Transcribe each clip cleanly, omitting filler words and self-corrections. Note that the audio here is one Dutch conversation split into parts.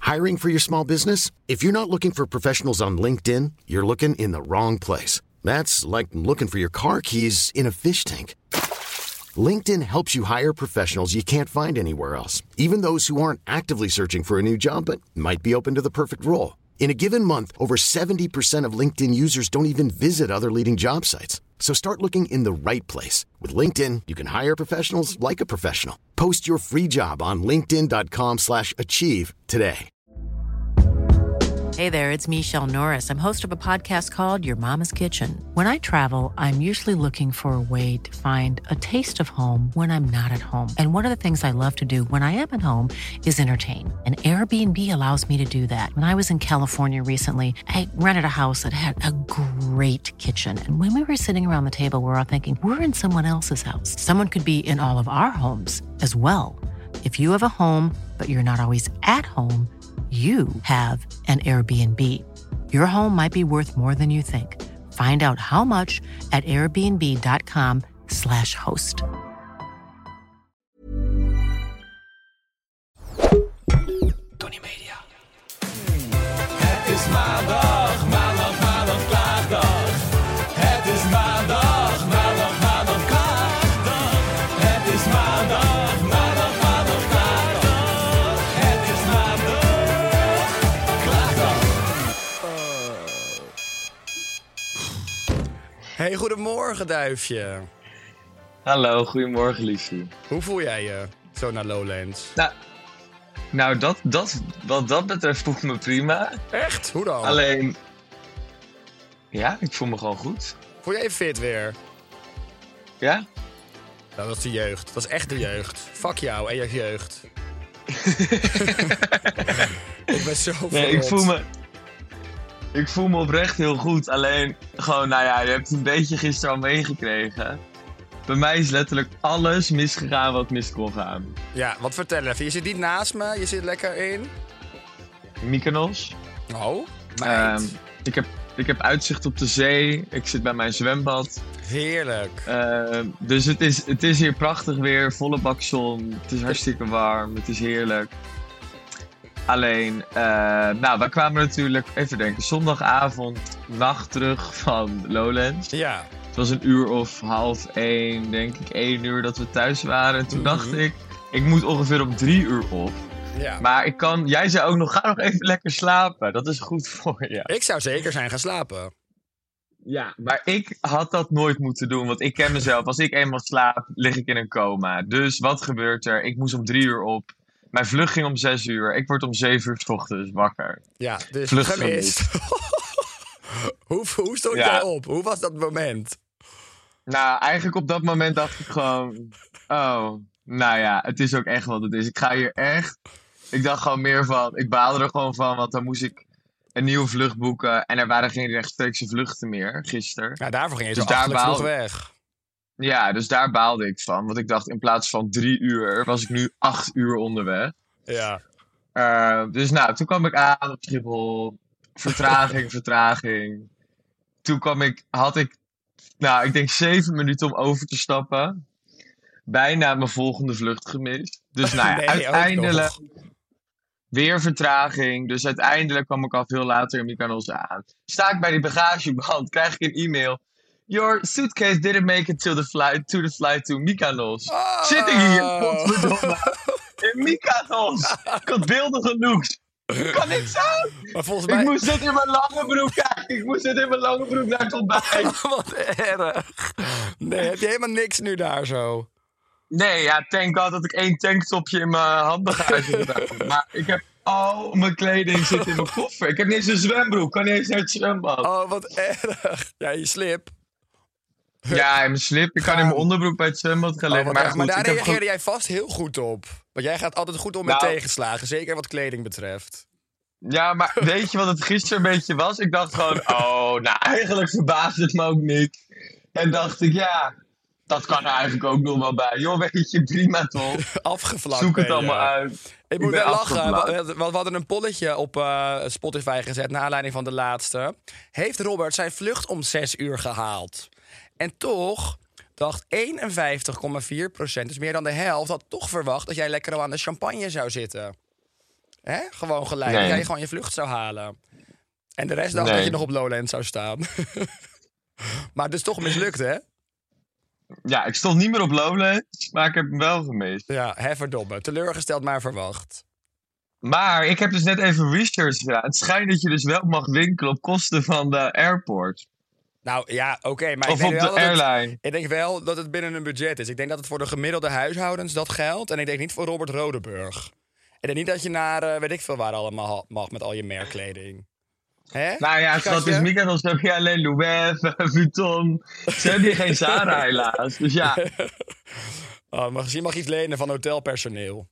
Hiring for your small business? If you're not looking for professionals on LinkedIn, you're looking in the wrong place. That's like looking for your car keys in a fish tank. LinkedIn helps you hire professionals you can't find anywhere else, even those who aren't actively searching for a new job but might be open to the perfect role. In a given month, over 70% of LinkedIn users don't even visit other leading job sites. So start looking in the right place. With LinkedIn, you can hire professionals like a professional. Post your free job on linkedin.com/achieve today. Hey there, it's Michelle Norris. I'm host of a podcast called Your Mama's Kitchen. When I travel, I'm usually looking for a way to find a taste of home when I'm not at home. And one of the things I love to do when I am at home is entertain. And Airbnb allows me to do that. When I was in California recently, I rented a house that had a great kitchen. And when we were sitting around the table, we were all thinking, we're in someone else's house. Someone could be in all of our homes as well. If you have a home, but you're not always at home, you have an Airbnb. Your home might be worth more than you think. Find out how much at airbnb.com/host. Tony Media. Het is maandag, maandag, maandag, klaagdag. Het is maandag, maandag, maandag, klaagdag. Het is maandag, maandag, maandag, klaagdag. Het is maandag, klaagdag. Hey, goedemorgen, duifje. Hallo, goedemorgen liefje. Hoe voel jij je zo naar Lowlands? Nou, wat dat betreft voel ik me prima. Echt? Hoe dan? Alleen, ja, ik voel me gewoon goed. Voel jij je fit weer? Ja? Nou, dat is de jeugd. Dat is echt de jeugd. Fuck jou en je jeugd. Ik ben zo verrot. Nee, ik voel me oprecht heel goed. Alleen, gewoon, nou ja, je hebt het een beetje gisteren al meegekregen. Bij mij is letterlijk alles misgegaan wat mis kon gaan. Ja, wat vertel even. Je zit niet naast me, je zit lekker in. Mykonos. Oh, meid. Ik heb uitzicht op de zee. Ik zit bij mijn zwembad. Heerlijk. Dus het is hier prachtig weer, volle bak zon. Het is hartstikke warm, het is heerlijk. Alleen, we kwamen natuurlijk, even denken, zondagavond, nacht terug van Lowlands. Ja. Het was 1:30, denk ik, 1 uur dat we thuis waren. En toen dacht ik moet ongeveer om 3 uur op. Ja. Maar jij zei ook nog, ga nog even lekker slapen. Dat is goed voor je. Ik zou zeker zijn gaan slapen. Ja, maar ik had dat nooit moeten doen, want ik ken mezelf. Als ik eenmaal slaap, lig ik in een coma. Dus wat gebeurt er? Ik moest om 3 uur op. Mijn vlucht ging om 6 uur. Ik word om 7 uur 's ochtends wakker. Ja, dus Vlucht gemist. Hoe stond jij op? Hoe was dat moment? Nou, eigenlijk op dat moment dacht ik gewoon... Oh, nou ja, het is ook echt wat het is. Ik ga hier echt... Ik dacht gewoon meer van... Ik baalde er gewoon van, want dan moest ik een nieuwe vlucht boeken. En er waren geen rechtstreekse vluchten meer gisteren. Ja, daarvoor ging je Dus zo achterlijk vroeg weg. Ja, dus daar baalde ik van. Want ik dacht, in plaats van 3 uur was ik nu 8 uur onderweg. Ja. Dus nou, toen kwam ik aan op Schiphol. Vertraging. Toen had ik ik denk 7 minuten om over te stappen. Bijna mijn volgende vlucht gemist. Dus nou ja, Nee, uiteindelijk weer vertraging. Dus uiteindelijk kwam ik al veel later in Mykonos aan. Sta ik bij die bagageband, krijg ik een e-mail. Your suitcase didn't make it to the flight to Mykonos. Oh. Zit ik hier, godverdomme, in Mykonos. Ik had beelden genoeg. Kan niks aan. Maar volgens mij... Ik moest het in mijn lange broek kijken. Ik moest het in mijn lange broek naar het ontbijt. Wat erg. Nee, heb je helemaal niks nu daar zo? Nee, ja, thank god dat ik 1 tanktopje in mijn handbagage heb gedaan. Maar ik heb al mijn kleding zit in mijn koffer. Ik heb niet eens een zwembroek. Kan niet eens naar het zwembad. Oh, wat erg. Ja, je slip. Ja, in mijn slip. Ik kan in mijn onderbroek bij het zwembad gaan liggen. Maar, maar daar reageerde jij vast heel goed op. Want jij gaat altijd goed om met tegenslagen. Zeker wat kleding betreft. Ja, maar weet je wat het gisteren een beetje was? Ik dacht gewoon, eigenlijk verbaasde het me ook niet. En dacht ik, ja, dat kan er eigenlijk ook nog wel bij. Joh, weet je, prima toch? Afgevlakt. Zoek het allemaal uit. Ik moet wel lachen. We hadden een polletje op Spotify gezet naar aanleiding van de laatste. Heeft Robert zijn vlucht om 6 uur gehaald? En toch dacht 51,4%, dus meer dan de helft, had toch verwacht dat jij lekker al aan de champagne zou zitten. Hè? Gewoon gelijk. Nee. Dat jij gewoon je vlucht zou halen. En de rest dacht Nee. dat je nog op Lowlands zou staan. Maar het is toch mislukt, hè? Ja, ik stond niet meer op Lowlands, maar ik heb hem wel gemist. Ja, verdomme. Teleurgesteld, maar verwacht. Maar ik heb dus net even research gedaan. Het schijnt dat je dus wel mag winkelen op kosten van de airport. Nou ja, oké, maar Of ik op denk wel de dat het, airline. ik denk wel dat het binnen een budget is. Ik denk dat het voor de gemiddelde huishoudens dat geldt. En ik denk niet voor Robert Rodeburg. Ik denk niet dat je naar, weet ik veel waar allemaal mag met al je merkkleding. Hè? Nou ja, schat, Schatje? dus Mykonos heb je alleen Louis, Vuitton. Ze hebben hier geen Zara helaas. Dus ja, Oh, misschien mag je iets lenen van hotelpersoneel.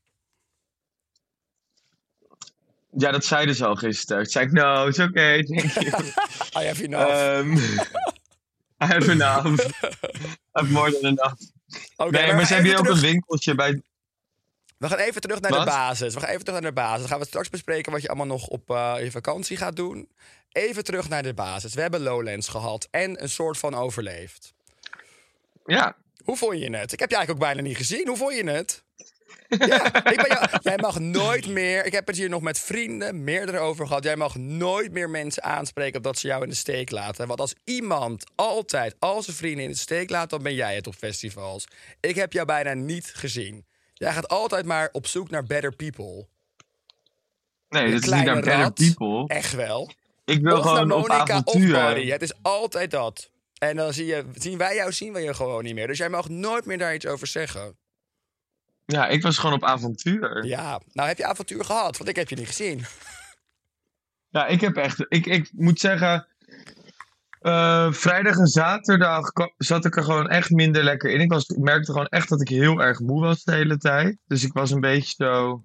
ja, dat zeiden ze al gisteren. Toen zei ik, no, it's okay, thank you. I have enough. I have enough. I have more than enough. Oké, Nee, we maar gaan ze hebben hier even ook een terug- winkeltje bij... We gaan even terug naar Wat? de basis. Dan gaan we straks bespreken wat je allemaal nog op je vakantie gaat doen. Even terug naar de basis. We hebben Lowlands gehad en een soort van overleefd. Ja, Hoe vond je het? Ik heb je eigenlijk ook bijna niet gezien. Hoe vond je het? Ja, jij mag nooit meer... Ik heb het hier nog met vrienden meerdere over gehad. Jij mag nooit meer mensen aanspreken op dat ze jou in de steek laten. Want als iemand altijd al zijn vrienden in de steek laat... dan ben jij het op festivals. Ik heb jou bijna niet gezien. Jij gaat altijd maar op zoek naar better people. nee, Je dit is niet kleine naar Better rat. People. Echt wel. Ik wil Of naar gewoon op Monica of avontuur. Barry. Het is altijd dat. En dan zien wij je gewoon niet meer. Dus jij mag nooit meer daar iets over zeggen. Ja, ik was gewoon op avontuur. Ja, nou heb je avontuur gehad, want ik heb je niet gezien. Ja, ik heb echt... Ik moet zeggen... vrijdag en zaterdag zat ik er gewoon echt minder lekker in. Ik merkte gewoon echt dat ik heel erg moe was de hele tijd. Dus ik was een beetje zo...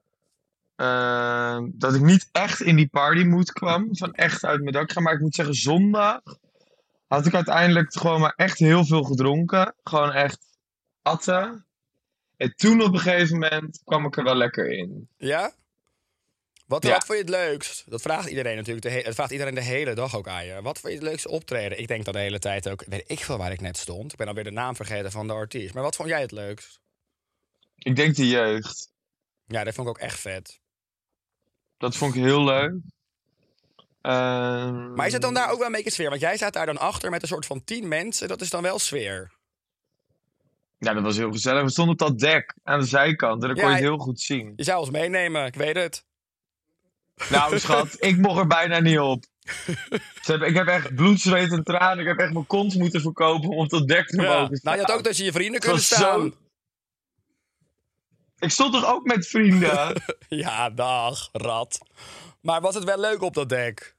dat ik niet echt in die partymood kwam. Van echt uit mijn dak gaan. Maar ik moet zeggen, zondag had ik uiteindelijk gewoon maar echt heel veel gedronken. Gewoon echt atten. En toen op een gegeven moment kwam ik er wel lekker in. Ja? Wat Ja. vond je het leukst? Dat vraagt iedereen natuurlijk. Dat vraagt iedereen de hele dag ook aan je. Wat vond je het leukste optreden? Ik denk dan de hele tijd ook... Weet ik veel waar ik net stond. Ik ben alweer de naam vergeten van de artiest. Maar wat vond jij het leukst? Ik denk de jeugd. Ja, dat vond ik ook echt vet. Dat vond ik heel leuk. Maar is het dan daar ook wel een beetje sfeer? Want jij staat daar dan achter met een soort van 10 mensen. Dat is dan wel sfeer. Ja, dat was heel gezellig. We stonden op dat dek aan de zijkant. En dan kon je het heel goed zien. Je zou ons meenemen, ik weet het. Nou, schat, ik mocht er bijna niet op. Ik heb echt bloed, zweet en tranen. Ik heb echt mijn kont moeten verkopen om op dat dek te Ja. mogen staan. Nou, je had ook tussen je vrienden Het kunnen was staan. zo- Ik stond toch ook met vrienden? Ja, dag, rat. Maar was het wel leuk op dat dek?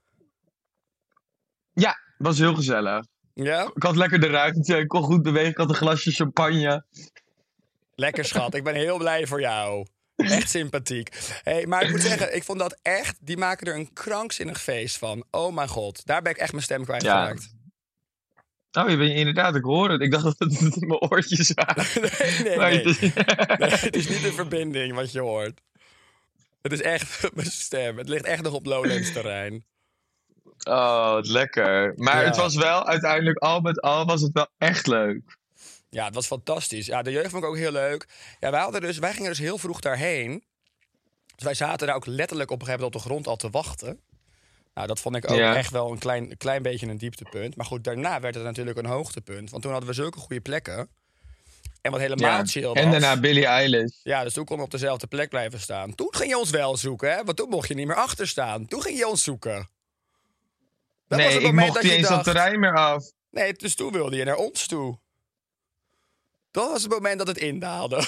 Ja, het was heel gezellig. Ja? Ik had lekker de ruimte. Ik kon goed bewegen. Ik had een glasje champagne. Lekker schat, ik ben heel blij voor jou. Echt sympathiek. Hey, maar ik moet zeggen, ik vond dat echt... Die maken er een krankzinnig feest van. Oh mijn god, daar ben ik echt mijn stem kwijtgeraakt. Oh, je bent inderdaad, ik hoor het. Ik dacht dat het mijn oortjes waren. Nee, Maar nee. het is- Nee, het is niet de verbinding wat je hoort. Het is echt mijn stem. Het ligt echt nog op Lowlands terrein. Oh, wat lekker. Maar Ja. het was wel, uiteindelijk al met al, was het wel echt leuk. Ja, het was fantastisch. Ja, de jeugd vond ik ook heel leuk. Ja, wij gingen dus heel vroeg daarheen. Dus wij zaten daar ook letterlijk op een gegeven moment op de grond al te wachten. Nou, dat vond ik ook Ja. echt wel een klein beetje een dieptepunt. Maar goed, daarna werd het natuurlijk een hoogtepunt. Want toen hadden we zulke goede plekken. En wat helemaal chill was... En daarna Billie Eilish. Ja, dus toen kon we op dezelfde plek blijven staan. Toen ging je ons wel zoeken, hè? Want toen mocht je niet meer achter staan. Toen ging je ons zoeken. Dat was Nee, het ik moment mocht dat niet je eens dacht... dat terrein meer af. Nee, dus toen wilde je naar ons toe. Dat was het moment dat het indaalde.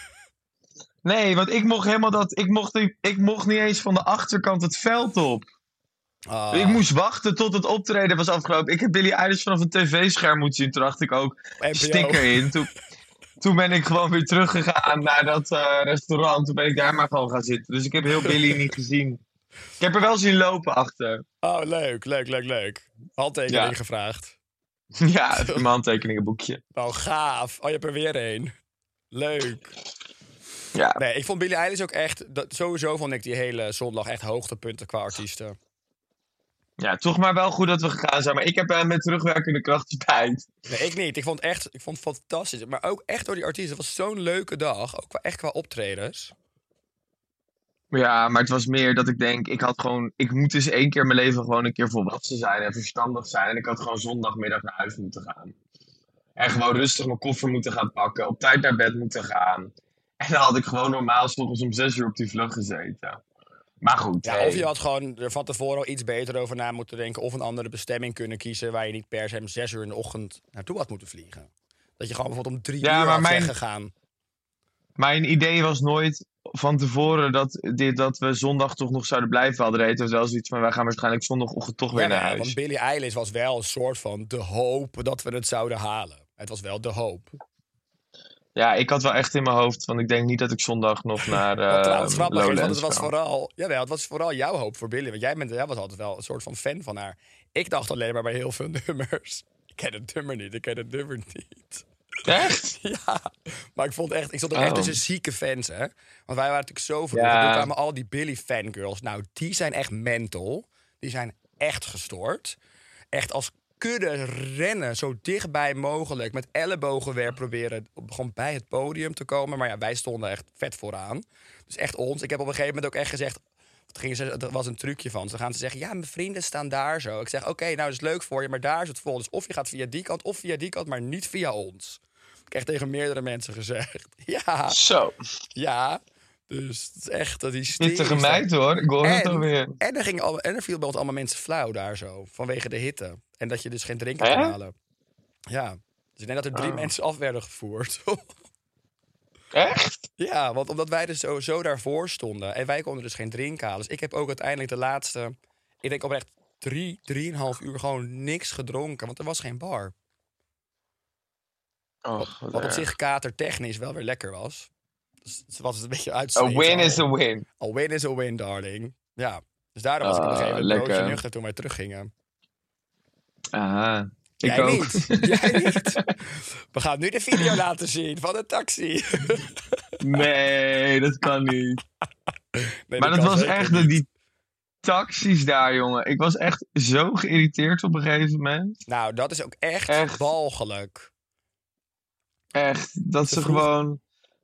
Nee, want ik mocht helemaal dat... Ik mocht niet eens van de achterkant het veld op. Ah. Ik moest wachten tot het optreden was afgelopen. Ik heb Billie Eilish vanaf een tv-scherm moeten zien. Toen dacht ik ook, NPO. sticker in. Toen ben ik gewoon weer teruggegaan naar dat restaurant. Toen ben ik daar maar gewoon gaan zitten. Dus ik heb heel Billie niet gezien. Ik heb er wel zien lopen achter. Oh, leuk. Handtekening Ja. gevraagd. Ja, even mijn handtekeningenboekje. Oh, gaaf. Oh, je hebt er weer een. Leuk. Ja. Nee, ik vond Billie Eilish ook echt... Sowieso vond ik die hele zondag echt hoogtepunten qua artiesten. Ja, toch maar wel goed dat we gegaan zijn. Maar ik heb met terugwerkende kracht spijt. Nee, ik niet. Ik vond het fantastisch. Maar ook echt door die artiesten. Het was zo'n leuke dag. Ook echt qua optredens. Ja, maar het was meer dat ik denk, ik moet dus 1 keer in mijn leven gewoon een keer volwassen zijn en verstandig zijn. En ik had gewoon zondagmiddag naar huis moeten gaan. En gewoon rustig mijn koffer moeten gaan pakken, op tijd naar bed moeten gaan. En dan had ik gewoon normaal 's ochtends om 6 uur op die vlucht gezeten. Maar goed, Ja, hey. of je had gewoon er van tevoren al iets beter over na moeten denken. Of een andere bestemming kunnen kiezen waar je niet per se om 6 uur in de ochtend naartoe had moeten vliegen. Dat je gewoon bijvoorbeeld om 3 Ja, uur maar had mijn- weggegaan. Mijn idee was nooit van tevoren dat we zondag toch nog zouden blijven. We hadden het wel zoiets van, wij gaan waarschijnlijk zondagochtend toch weer naar Ja, huis. want Billie Eilish was wel een soort van de hoop dat we het zouden halen. Het was wel de hoop. Ja, ik had wel echt in mijn hoofd, want ik denk niet dat ik zondag nog naar Wat trouwens grappig is, want Lowlands het was ga. het was vooral jouw hoop voor Billie. Want jij was altijd wel een soort van fan van haar. Ik dacht alleen maar bij heel veel nummers. Ik ken het nummer niet. Echt? Ja, maar ik stond ook echt Oh. tussen zieke fans, hè. Want wij waren natuurlijk zo vroeg. Ja. En toen kwamen al die Billie-fangirls. Nou, die zijn echt mental. Die zijn echt gestoord. Echt als kudde rennen, zo dichtbij mogelijk. Met ellebogenwerp proberen gewoon bij het podium te komen. Maar ja, wij stonden echt vet vooraan. Dus echt ons. Ik heb op een gegeven moment ook echt gezegd... Er was een trucje van. Ze gaan ze zeggen, ja, mijn vrienden staan daar zo. Ik zeg, oké, nou, dat is leuk voor je, maar daar is het vol. Dus of je gaat via die kant, of via die kant, maar niet via ons. Ik heb tegen meerdere mensen gezegd. Ja, Zo, ja. Dus het is echt dat die pittige meid hoor, ik hoor het alweer. En er viel bij ons allemaal mensen flauw daar zo. Vanwege de hitte. En dat je dus geen drinken Hè? kon halen. Ja. Dus ik denk dat er 3 Oh. mensen af werden gevoerd. Echt? Ja, want omdat wij dus zo daarvoor stonden. En wij konden dus geen drink halen. Dus ik heb ook uiteindelijk de laatste... Ik denk oprecht 3,5 uur gewoon niks gedronken. Want er was geen bar. Oh, Wat op zich katertechnisch wel weer lekker was. Dus het was een beetje a uitzweten. win is a win. A win is a win, darling. Ja. Dus daarom was ik op een gegeven moment lekker. broodje nuchter toen wij teruggingen. Aha, ik Jij ook. niet. Jij niet. We gaan nu de video laten zien van de taxi. Nee, dat kan niet. Nee, Maar dat kan was zeker echt niet. die taxis daar, jongen. Ik was echt zo geïrriteerd op een gegeven moment. Nou, dat is ook echt, Echt. walgelijk. Echt, dat Ze ze vroegen- gewoon...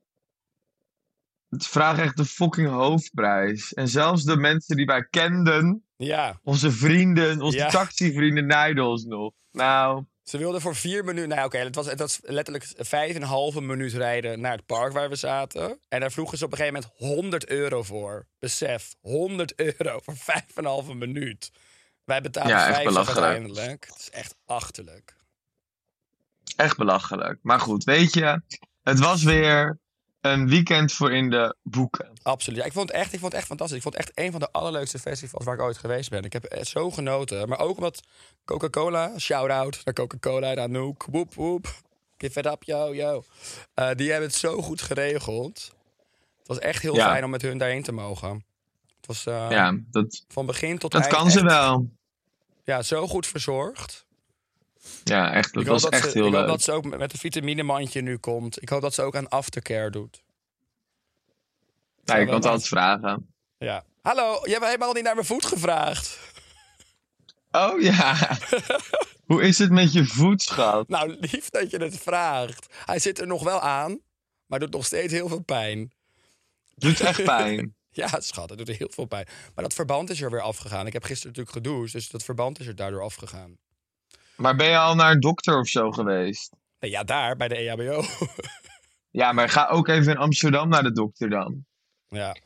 Het vragen echt de fucking hoofdprijs. En zelfs de mensen die wij kenden, Ja. onze vrienden, onze Ja. taxivrienden, naaiden ons nog. Nou, Ze wilden voor 4 minuten... Nou oké, het was letterlijk 5,5 minuut rijden naar het park waar we zaten. En daar vroegen ze op een gegeven moment €100 voor. Besef, €100 voor 5,5 minuut. Wij betalen Ja, echt 50 belachelijk. uiteindelijk. Het is echt achterlijk. echt belachelijk. Maar goed, weet je, het was weer een weekend voor in de boeken. Absoluut. Ja, ik vond het echt fantastisch. Ik vond het echt een van de allerleukste festivals waar ik ooit geweest ben. Ik heb echt zo genoten. Maar ook omdat Coca-Cola, shout-out naar Coca-Cola en Anouk. Woep, woep. Give it up, yo, yo. Die hebben het zo goed geregeld. Het was echt heel Ja. fijn om met hun daarheen te mogen. Het was Ja, van begin tot dat eind kan ze echt, wel. Ja, zo goed verzorgd. Ja, echt, dat Ik hoop was echt ik heel hoop leuk. dat ze ook met een vitaminemandje nu komt. Ik hoop dat ze ook aan aftercare doet. Ja, je wel kan het nice. altijd vragen. Ja. Hallo, je hebt helemaal niet naar mijn voet gevraagd. Oh ja. Hoe is het met je voet, schat? Nou, lief dat je het vraagt. Hij zit er nog wel aan, maar doet nog steeds heel veel pijn. Doet echt pijn. Ja, schat, het doet heel veel pijn. Maar dat verband is er weer afgegaan. Ik heb gisteren natuurlijk gedoucht, dus dat verband is er daardoor afgegaan. Maar ben je al naar een dokter of zo geweest? Nee, ja, daar, bij de E EHBO. Ja, maar ga ook even in Amsterdam naar de dokter dan. Ja.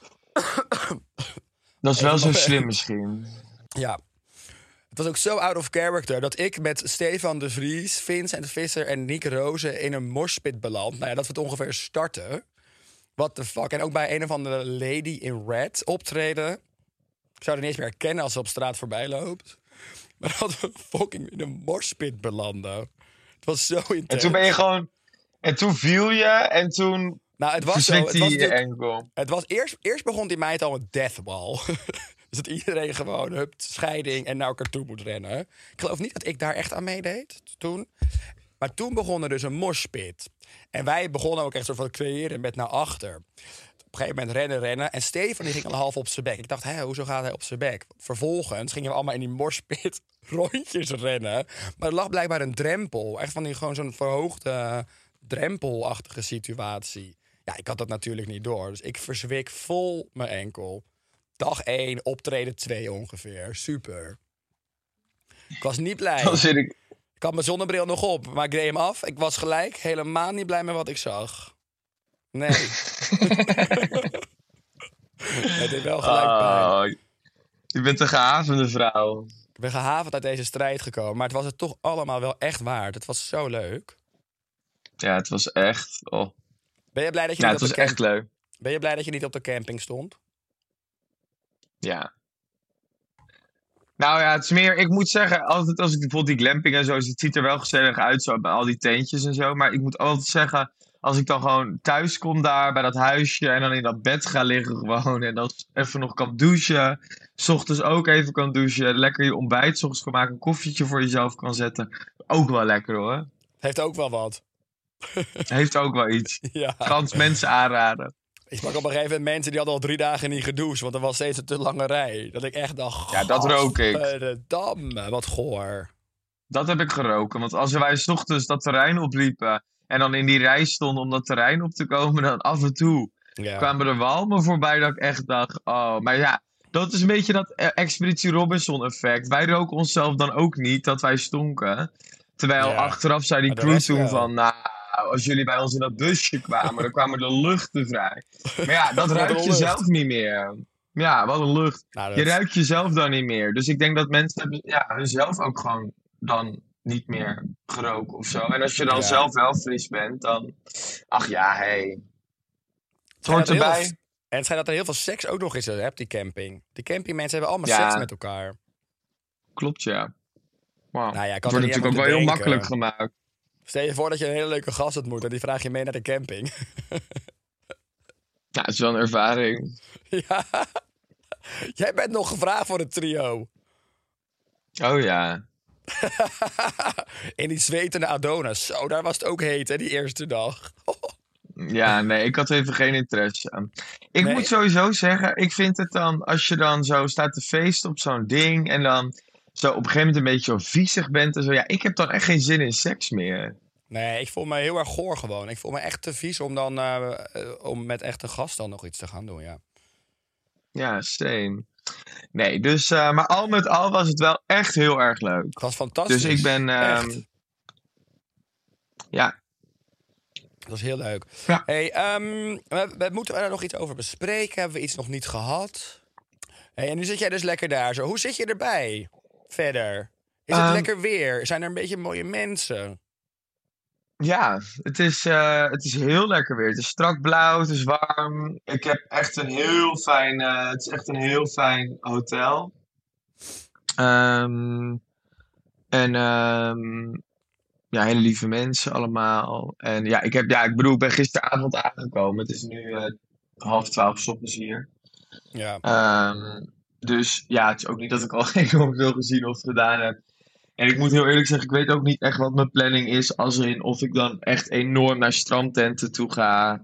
Dat is wel Even zo nog- slim misschien. Ja. Het was ook zo out of character dat ik met Stefan de Vries, Vincent Visser en Nick Rozen in een morspit beland. Nou ja, dat we het ongeveer starten. What the fuck. En ook bij een of andere lady in red optreden. Ik zou er niet eens meer herkennen als ze op straat voorbij loopt. Maar dat we fucking in een morspit belanden. Het was zo intens. En toen ben je gewoon... En toen viel je en toen Nou, het was zo. verzwikte Het was, je je natuurlijk- enkel. het was eerst begon die meid al een deathwall. Dus dat iedereen gewoon scheiding en naar elkaar toe moet rennen. Ik geloof niet dat ik daar echt aan meedeed toen. Maar toen begon er dus een moshpit. En wij begonnen ook echt soort van creëren met naar achter. Op een gegeven moment rennen. En Stefan die ging al half op zijn bek. Ik dacht, hoezo gaat hij op zijn bek? Vervolgens gingen we allemaal in die moshpit rondjes rennen. Maar er lag blijkbaar een drempel. Echt van die gewoon zo'n verhoogde drempelachtige situatie. Ja, ik had dat natuurlijk niet door. Dus ik verzwik vol mijn enkel. Dag 1, optreden 2 ongeveer. Super. Ik was niet blij. Dan zit ik... Ik had mijn zonnebril nog op, maar ik reed hem af. Ik was gelijk helemaal niet blij met wat ik zag. Nee. Het is wel gelijk pijn. Je bent een gehavende vrouw. Ik ben gehavend uit deze strijd gekomen. Maar het was het toch allemaal wel echt waard. Het was zo leuk. Ja, het was echt... Oh. Ben je blij dat je, Ja, niet, het op was de echt leuk. Ben je blij dat je niet op de camping stond? Ja. Nou ja, het is meer... Ik moet zeggen, altijd als ik bijvoorbeeld die glamping en zo... Het ziet er wel gezellig uit, zo, bij al die tentjes en zo. Maar ik moet altijd zeggen... Als ik dan gewoon thuis kom daar, bij dat huisje... En dan in dat bed ga liggen gewoon... En dan even nog kan douchen... 's Ochtends ook even kan douchen... Lekker je ontbijt 's ochtends kan maken... Een koffietje voor jezelf kan zetten... Ook wel lekker hoor. Heeft ook wel wat. Heeft ook wel iets. Ja. Kans mensen aanraden. Ik sprak op een gegeven moment mensen die hadden al 3 dagen niet gedoucht. Want er was steeds een te lange rij. Dat ik echt dacht... Ja, dat rook ik. Gadverdamme, wat goor. Dat heb ik geroken. Want als wij 's ochtends dat terrein opliepen... En dan in die rij stonden om dat terrein op te komen... Dan af en toe Ja. kwamen er walmen voorbij dat ik echt dacht... Oh, maar ja, dat is een beetje dat Expeditie Robinson effect. Wij roken onszelf dan ook niet dat wij stonken. Terwijl Ja. achteraf zei die Maar de crew rest toen wel. van... Nou, als jullie bij ons in dat busje kwamen... Dan kwamen de luchten vrij. Maar ja, dat Wat een ruik je lucht. zelf niet meer. Ja, wat een lucht. Nou, Je dat- ruikt jezelf dan niet meer. Dus ik denk dat mensen hebben, ja, hunzelf ook gewoon dan niet meer geroken of zo. En als je dan Ja. zelf wel fris bent, dan... Ach ja, hey. Het schijnt hoort dat er heel erbij. veel- En het schijnt dat er heel veel seks ook nog is op die camping. Die campingmensen hebben allemaal Ja. seks met elkaar. Klopt, ja. Wow. Nou ja, ik Het had wordt er niet natuurlijk ook aan wel heel moeten makkelijk denken. gemaakt. Stel je voor dat je een hele leuke gast ontmoet en die vraag je mee naar de camping. Ja, het is wel een ervaring. Ja. Jij bent nog gevraagd voor het trio. Oh ja. In die zwetende Adonis. Zo, daar was het ook heet, hè, die eerste dag. Ja, nee, ik had even geen interesse. Ik Nee? moet sowieso zeggen, ik vind het dan, als je dan zo staat te feesten op zo'n ding en dan zo op een gegeven moment een beetje zo viezig bent en zo. Ja, ik heb dan echt geen zin in seks meer. Nee, ik voel me heel erg goor gewoon. Ik voel me echt te vies om dan om met echte gast dan nog iets te gaan doen, ja. Ja, same. Nee, dus, maar al met al was het wel echt heel erg leuk. Het was fantastisch. Dus ik ben, Echt. ja, Dat was heel leuk. Ja. Hey, moeten we daar nog iets over bespreken? Hebben we iets nog niet gehad? Hey, en nu zit jij dus lekker daar zo. Hoe zit je erbij verder? Is het lekker weer? Zijn er een beetje mooie mensen? ja, het is heel lekker weer. Het is strak blauw, het is warm. Ik heb echt een heel fijn, het is echt een heel fijn hotel. Ja, hele lieve mensen allemaal. En ja, ik bedoel, ik ben gisteravond aangekomen. Het is nu 11:30 's ochtends hier. Ja. Dus ja, het is ook niet dat ik al enorm veel gezien of gedaan heb. En ik moet heel eerlijk zeggen, ik weet ook niet echt wat mijn planning is. Als in of ik dan echt enorm naar strandtenten toe ga.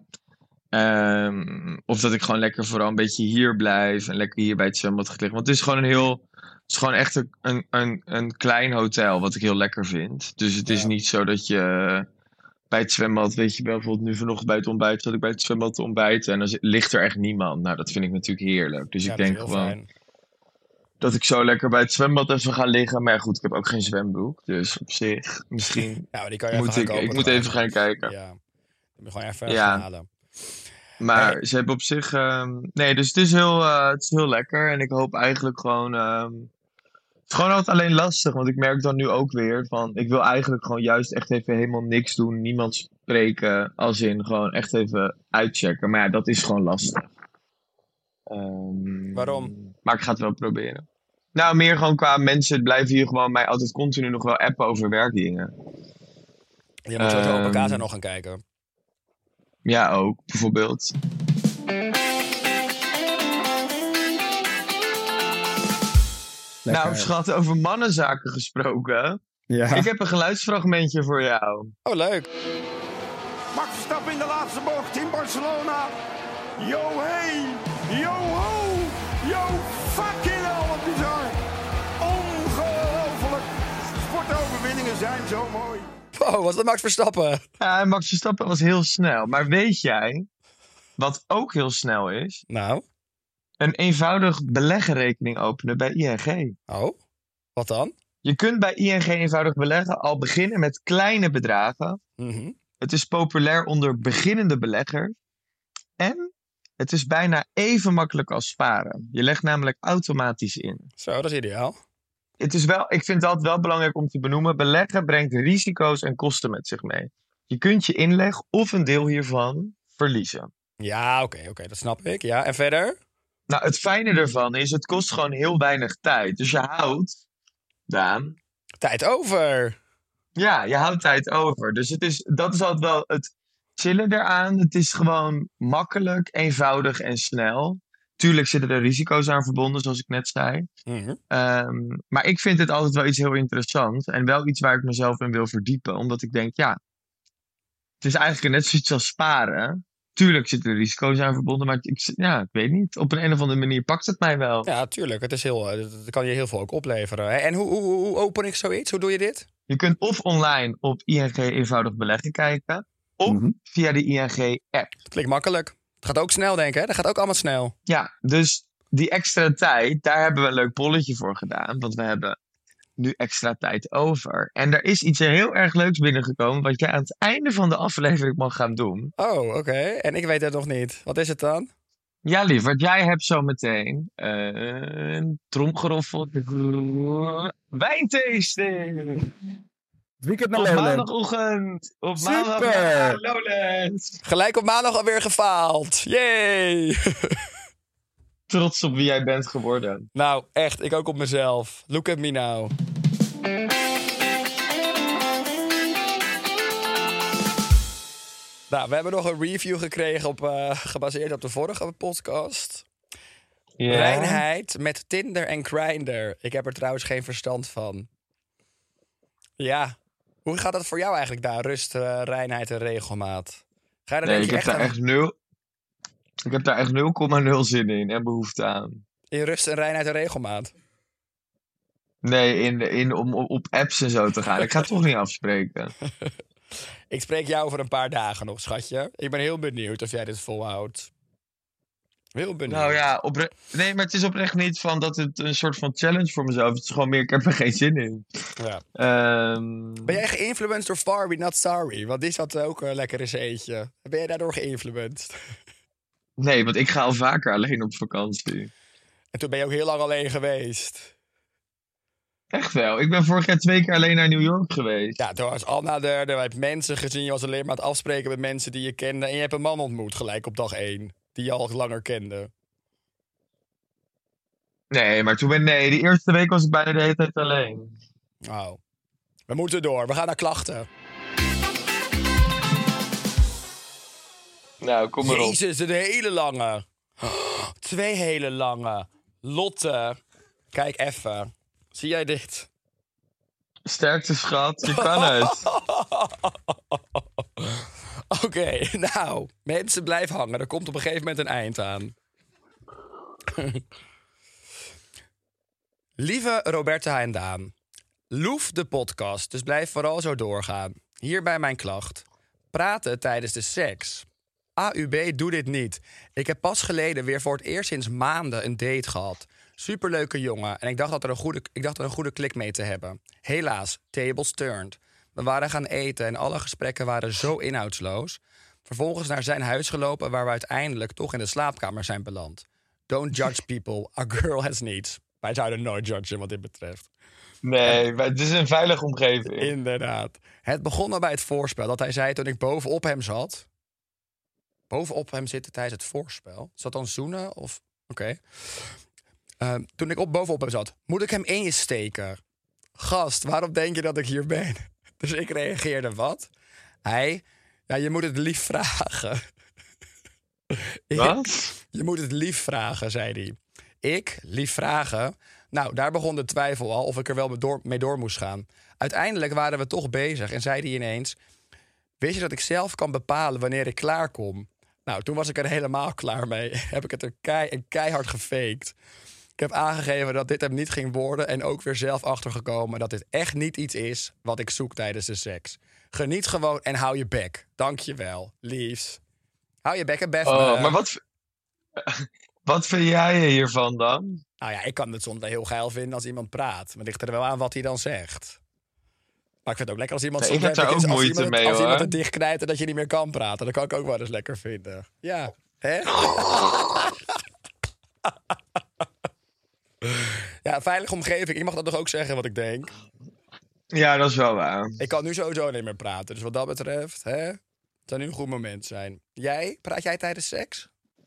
Of dat ik gewoon lekker vooral een beetje hier blijf. En lekker hier bij het zwembad ga liggen. Want het is gewoon het is gewoon echt een klein hotel, wat ik heel lekker vind. Dus het is Ja. niet zo dat je bij het zwembad, weet je wel, bijvoorbeeld nu vanochtend bij het ontbijt, zat ik bij het zwembad te ontbijten. En dan ligt er echt niemand. Nou, dat vind ik natuurlijk heerlijk. Dus Ja, ik dat is denk heel gewoon fijn. dat ik zo lekker bij het zwembad even ga liggen. Maar ja, goed, ik heb ook geen zwembroek. Dus op zich, misschien Nou, die kan je moet even gaan kopen. ik moet even gaan kijken. Ja. Die moet je gewoon even Ja. gaan halen. Maar Nee. ze hebben op zich... nee, dus het is heel lekker. En ik hoop eigenlijk gewoon... het is gewoon altijd alleen lastig. Want ik merk dan nu ook weer van... Ik wil eigenlijk gewoon juist echt even helemaal niks doen. Niemand spreken. Als in gewoon echt even uitchecken. Maar ja, dat is gewoon lastig. Waarom? Maar ik ga het wel proberen. Nou, meer gewoon qua mensen blijven hier gewoon mij altijd continu nog wel appen over werkdingen. Je moet sowieso op elkaar Ehm, zijn nog gaan kijken. Ja, ook, bijvoorbeeld. Nou, schat, over mannenzaken gesproken. Ja. Ik heb een geluidsfragmentje voor jou. Oh, leuk. Max Verstappen in de laatste bocht in Barcelona. Yo hey, yo ho, yo fucking hell, wat bizar. Ongelooflijk. Sportoverwinningen zijn zo mooi. Wow, was dat Max Verstappen? Ja, Max Verstappen was heel snel. Maar weet jij Wat ook heel snel is. Nou, Een eenvoudig beleggenrekening openen bij ING. oh, wat dan? Je kunt bij ING eenvoudig beleggen al beginnen met kleine bedragen. Mhm. Het is populair onder beginnende beleggers. En het is bijna even makkelijk als sparen. Je legt namelijk automatisch in. Zo, dat is ideaal. Ik vind het altijd wel belangrijk om te benoemen. Beleggen brengt risico's en kosten met zich mee. Je kunt je inleg of een deel hiervan verliezen. Ja, oké, dat snap ik. Ja, en verder? Nou, het fijne ervan is, het kost gewoon heel weinig tijd. Dus je houdt, Daan, Tijd over. ja, je houdt tijd over. Dus dat is altijd wel het chillen eraan. Het is gewoon makkelijk, eenvoudig en snel. Tuurlijk zitten er risico's aan verbonden, zoals ik net zei. Mhm. Maar ik vind het altijd wel iets heel interessants. En wel iets waar ik mezelf in wil verdiepen. Omdat ik denk, ja, het is eigenlijk net zoiets als sparen. Tuurlijk zitten er risico's aan verbonden, maar ik weet niet. Op een of andere manier pakt het mij wel. Ja, tuurlijk. Het is dat kan je heel veel ook opleveren. Hè? En hoe open ik zoiets? Hoe doe je dit? Je kunt of online op ING eenvoudig beleggen kijken. Of via de ING-app. Het klinkt makkelijk. Het gaat ook snel, denk ik. Hè? Dat gaat ook allemaal snel. Ja, dus die extra tijd, daar hebben we een leuk polletje voor gedaan. Want we hebben nu extra tijd over. En er is iets heel erg leuks binnengekomen, wat jij aan het einde van de aflevering mag gaan doen. Oh, oké. En ik weet het nog niet. Wat is het dan? Ja, lieverd, jij hebt zo meteen een tromgeroffel. Wijntasting. Het weekend naar Op Lowland. maandagochtend. Op Super. maandag naar Lowlands. Gelijk op maandag alweer gefaald. Yay! Trots op wie jij bent geworden. Nou, echt. Ik ook op mezelf. Look at me now. Nou, we hebben nog een review gekregen gebaseerd op de vorige podcast. Ja. Reinheid met Tinder en Grindr. Ik heb er trouwens geen verstand van. Ja. Hoe gaat dat voor jou eigenlijk daar? Rust, reinheid en regelmaat. Ga je daar Nee, denk ik je heb daar echt nul. Ik heb daar echt 0,0 zin in en behoefte aan. in rust en reinheid en regelmaat? Nee, om op apps en zo te gaan. Ik ga het toch niet afspreken. Ik spreek jou over een paar dagen nog, schatje. Ik ben heel benieuwd of jij dit volhoudt. Heel benieuwd. Nou ja, nee, maar het is oprecht niet van dat het een soort van challenge voor mezelf is. Het is gewoon meer, ik heb er geen zin in. Ja. Ehm, Ben jij geïnfluenced door Farby Not Sorry? Want die zat ook lekker in zijn eentje. Ben jij daardoor geïnfluenced? Nee, want ik ga al vaker alleen op vakantie. En toen ben je ook heel lang alleen geweest. Echt wel. Ik ben vorig jaar 2 keer alleen naar New York geweest. Ja, toen was Anna er. Je hebt mensen gezien. Je was alleen maar aan het afspreken met mensen die je kende. En je hebt een man ontmoet gelijk op dag 1. Die je al langer kende. Nee, maar de eerste week was ik bijna de hele tijd alleen. Oh. We moeten door. We gaan naar klachten. Nou, kom maar op. Jezus, een hele lange. 2 hele lange. Lotte, kijk even. Zie jij dit? Sterkte, schat. Je kan het. Oké, nou, mensen blijven hangen. Er komt op een gegeven moment een eind aan. Lieve Roberta en Daan. Loef de podcast, dus blijf vooral zo doorgaan. Hierbij mijn klacht. Praten tijdens de seks. AUB, doe dit niet. Ik heb pas geleden weer voor het eerst sinds maanden een date gehad. Superleuke jongen en ik dacht er een goede klik mee te hebben. Helaas, tables turned. We waren gaan eten en alle gesprekken waren zo inhoudsloos. Vervolgens naar zijn huis gelopen waar we uiteindelijk toch in de slaapkamer zijn beland. Don't judge people, a girl has needs. Wij zouden nooit judgen wat dit betreft. Nee, maar het is een veilige omgeving. Inderdaad. Het begon al bij het voorspel dat hij zei toen ik bovenop hem zat. Bovenop hem zitten tijdens het voorspel. Is dat dan zoenen? Of... Oké. Toen ik bovenop hem zat, moet ik hem in je steken? Gast, waarom denk je dat ik hier ben? Dus ik reageerde, wat? Hij, ja, je moet het lief vragen. Wat? Je moet het lief vragen, zei hij. Ik, lief vragen? Nou, daar begon de twijfel al of ik er wel mee door moest gaan. Uiteindelijk waren we toch bezig en zei hij ineens... Weet je dat ik zelf kan bepalen wanneer ik klaar kom? Nou, toen was ik er helemaal klaar mee. Heb ik het er keihard gefaked. Ik heb aangegeven dat dit hem niet ging worden... en ook weer zelf achtergekomen dat dit echt niet iets is... wat ik zoek tijdens de seks. Geniet gewoon en hou je bek. Dank je wel. Liefs. Hou je bek en bef Oh, me. maar wat vind jij hiervan dan? Nou ja, ik kan het soms wel heel geil vinden als iemand praat. Maar het ligt er wel aan wat hij dan zegt. Maar ik vind het ook lekker als iemand Nee, soms ik heb daar eventjes- ook als moeite iemand, mee, als iemand hoor. het dichtknijpt en dat je niet meer kan praten. Dat kan ik ook wel eens lekker vinden. Ja, hè? Ja, veilige omgeving. Ik mag dat toch ook zeggen wat ik denk. Ja, dat is wel waar. Ik kan nu sowieso niet meer praten. Dus wat dat betreft, hè? Het zou nu een goed moment zijn. Jij? Praat jij tijdens seks?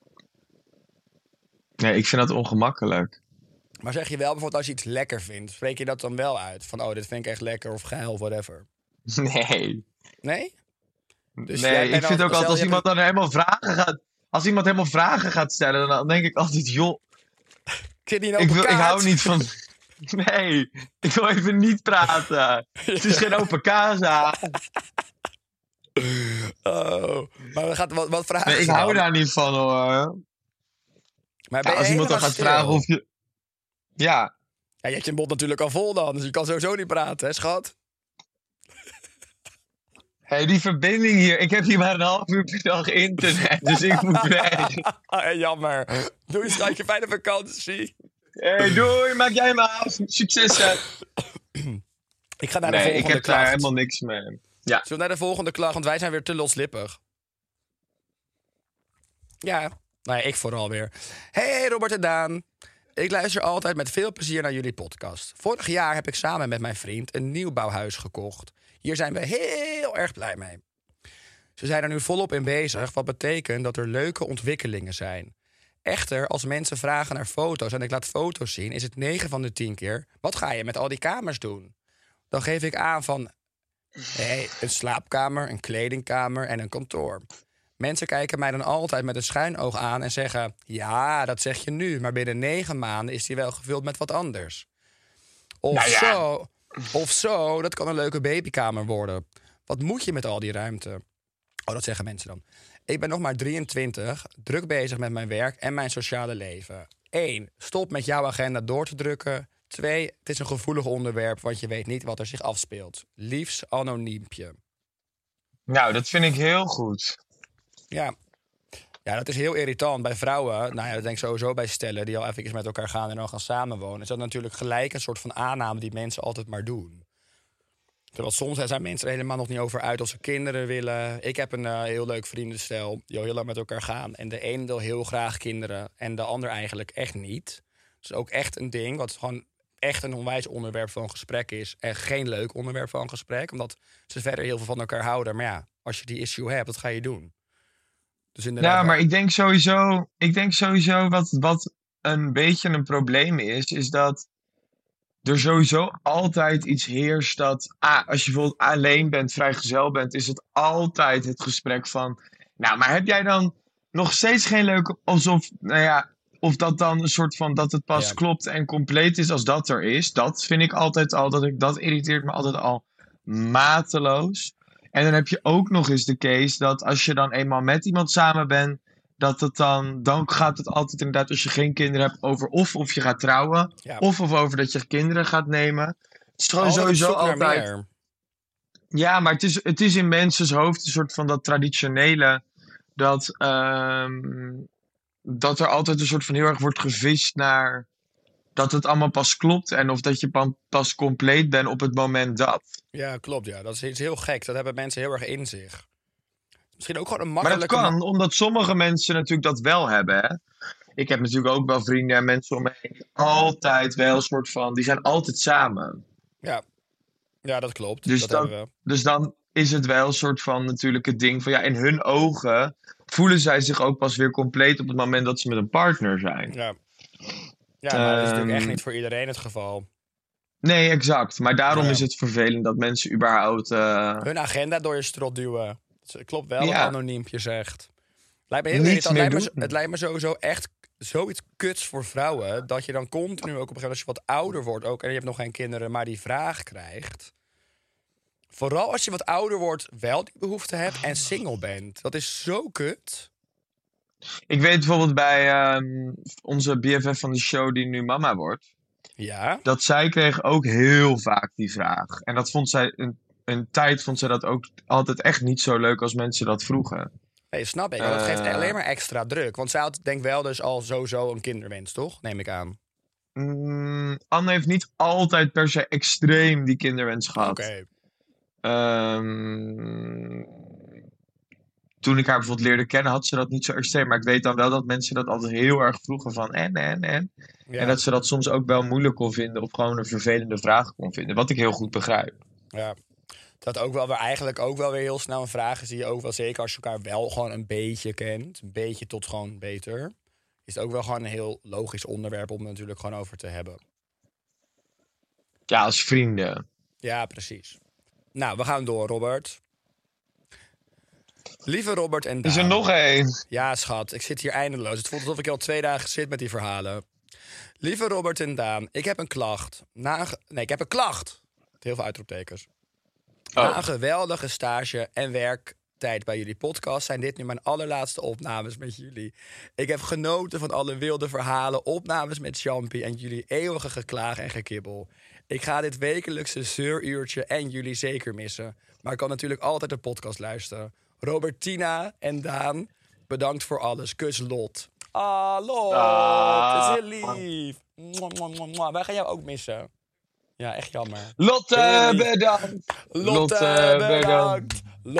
Nee, ik vind dat ongemakkelijk. Maar zeg je wel bijvoorbeeld als je iets lekker vindt, spreek je dat dan wel uit? Van, oh, dit vind ik echt lekker of geil of whatever. Nee. Nee? Dus Nee, jij ik bent vind dan- ook altijd stel, als je iemand hebt dan helemaal vragen gaat... Als iemand helemaal vragen gaat stellen, dan denk ik altijd... Joh, Ik zit niet in ik open kaart. hou niet van... Nee, ik wil even niet praten. Het is geen open casa. Oh, maar wat vragen Nee, ik ze hou dan? daar niet van, hoor. Maar ben Ja, je als iemand dan helemaal gaat stil? vragen of je... Ja, Ja, je hebt je mond natuurlijk al vol dan, dus je kan sowieso niet praten, hè, schat? hey, die verbinding hier... Ik heb hier maar een half uur per dag internet, dus ik moet weg. Jammer. Doei, schatje, fijne vakantie. Hey, doei, maak jij maar af. Succes, hè. Ik ga naar de Nee, ik volgende heb daar klacht. helemaal niks mee. Ja. Zullen we naar de volgende klacht, want wij zijn weer te loslippig. Ja, nou ja, ik vooral weer. Hey Robert en Daan. Ik luister altijd met veel plezier naar jullie podcast. Vorig jaar heb ik samen met mijn vriend een nieuwbouwhuis gekocht. Hier zijn we heel erg blij mee. Ze zijn er nu volop in bezig, wat betekent dat er leuke ontwikkelingen zijn. Echter, als mensen vragen naar foto's en ik laat foto's zien, is het 9 van de 10 keer: wat ga je met al die kamers doen? Dan geef ik aan van een slaapkamer, een kledingkamer en een kantoor. Mensen kijken mij dan altijd met een schuin oog aan en zeggen: ja, dat zeg je nu, maar binnen 9 maanden is die wel gevuld met wat anders. Of zo, dat kan een leuke babykamer worden. Wat moet je met al die ruimte? Oh, dat zeggen mensen dan. Ik ben nog maar 23, druk bezig met mijn werk en mijn sociale leven. 1. Stop met jouw agenda door te drukken. 2. Het is een gevoelig onderwerp, want je weet niet wat er zich afspeelt. Liefs anoniempje. Nou, dat vind ik heel goed. Ja. Ja, dat is heel irritant bij vrouwen. Nou ja, dat denk ik sowieso bij stellen die al even met elkaar gaan en dan gaan samenwonen. Is dat natuurlijk gelijk een soort van aanname die mensen altijd maar doen. Terwijl soms zijn mensen er helemaal nog niet over uit of ze kinderen willen. Ik heb een heel leuk vriendenstel die al heel lang met elkaar gaan. En de ene wil heel graag kinderen en de ander eigenlijk echt niet. Dus ook echt een ding wat gewoon echt een onwijs onderwerp van gesprek is. En geen leuk onderwerp van gesprek, omdat ze verder heel veel van elkaar houden. Maar ja, als je die issue hebt, wat ga je doen? Dus inderdaad, Ja, maar ik denk sowieso wat een beetje een probleem is dat er sowieso altijd iets heerst dat... als je bijvoorbeeld alleen bent, vrijgezel bent, is het altijd het gesprek van... Nou, maar heb jij dan nog steeds geen leuke... Alsof, nou ja, of dat dan een soort van dat het pas Ja. klopt en compleet is als dat er is. Dat vind ik altijd al, dat irriteert me altijd al mateloos. En dan heb je ook nog eens de case dat als je dan eenmaal met iemand samen bent, dat het dan gaat het altijd inderdaad, als je geen kinderen hebt, over of je gaat trouwen, Ja. of over dat je kinderen gaat nemen. Het is gewoon altijd op sowieso zoek naar altijd... meer. Ja, maar het is in mensen's hoofd een soort van dat traditionele, dat er altijd een soort van heel erg wordt gevist naar dat het allemaal pas klopt en of dat je pas compleet bent op het moment dat. Ja, klopt. Ja. Dat is iets heel gek. Dat hebben mensen heel erg in zich. Misschien ook gewoon een Maar dat makkelijke... kan, omdat sommige mensen natuurlijk dat wel hebben, hè. Ik heb natuurlijk ook wel vrienden en mensen om me heen die altijd wel een soort van... Die zijn altijd samen. Ja. Ja, dat klopt. Dus dat dan, hebben we. dus dan is het wel een soort van natuurlijk het ding van... Ja, in hun ogen voelen zij zich ook pas weer compleet op het moment dat ze met een partner zijn. Ja. Ja, maar dat is natuurlijk echt Ehm, niet voor iedereen het geval. Nee, exact. Maar daarom Ja. is het vervelend dat mensen überhaupt... Hun agenda door je strot duwen. Het klopt wel wat Ja. anoniempje zegt. Lijkt me heel Niets irritant. meer doen. Het lijkt me sowieso echt zoiets kuts voor vrouwen. Dat je dan continu ook op een gegeven moment, als je wat ouder wordt ook, en je hebt nog geen kinderen, maar die vraag krijgt. Vooral als je wat ouder wordt, wel die behoefte hebt en single bent. Dat is zo kut. Ik weet bijvoorbeeld bij onze BFF van de show die nu mama wordt... Ja. dat zij kreeg ook heel vaak die vraag. En dat vond zij, een tijd vond zij dat ook altijd echt niet zo leuk als mensen dat vroegen. Nee, snap ik. Want dat geeft alleen maar extra druk. Want zij had denk wel dus al sowieso een kinderwens, toch? Neem ik aan. Anne heeft niet altijd per se extreem die kinderwens gehad. Oké. Ehm, Toen ik haar bijvoorbeeld leerde kennen, had ze dat niet zo extreem. Maar ik weet dan wel dat mensen dat altijd heel erg vroegen van en. Ja. En dat ze dat soms ook wel moeilijk kon vinden of gewoon een vervelende vraag kon vinden. Wat ik heel goed begrijp. Ja. Dat ook wel weer eigenlijk ook wel weer heel snel een vraag is die je ook wel zeker als je elkaar wel gewoon een beetje kent. Een beetje tot gewoon beter. Is het ook wel gewoon een heel logisch onderwerp om het natuurlijk gewoon over te hebben. Ja, als vrienden. Ja, precies. Nou, we gaan door, Robert. Lieve Robert en Daan. Is er nog één? Ja, schat, ik zit hier eindeloos. Het voelt alsof ik al 2 dagen zit met die verhalen. Lieve Robert en Daan, ik heb een klacht. Ik heb een klacht. Met heel veel uitroeptekens. Na een geweldige stage en werktijd bij jullie podcast zijn dit nu mijn allerlaatste opnames met jullie. Ik heb genoten van alle wilde verhalen, opnames met Champy en jullie eeuwige geklaag en gekibbel. Ik ga dit wekelijkse zeuruurtje en jullie zeker missen. Maar ik kan natuurlijk altijd de podcast luisteren. Robertina en Daan, bedankt voor alles. Kus Lot. Lot, dat is heel lief. Mwah, mwah, mwah, mwah. Wij gaan jou ook missen. Ja, echt jammer. Lotte, bedankt. Lotte, bedankt.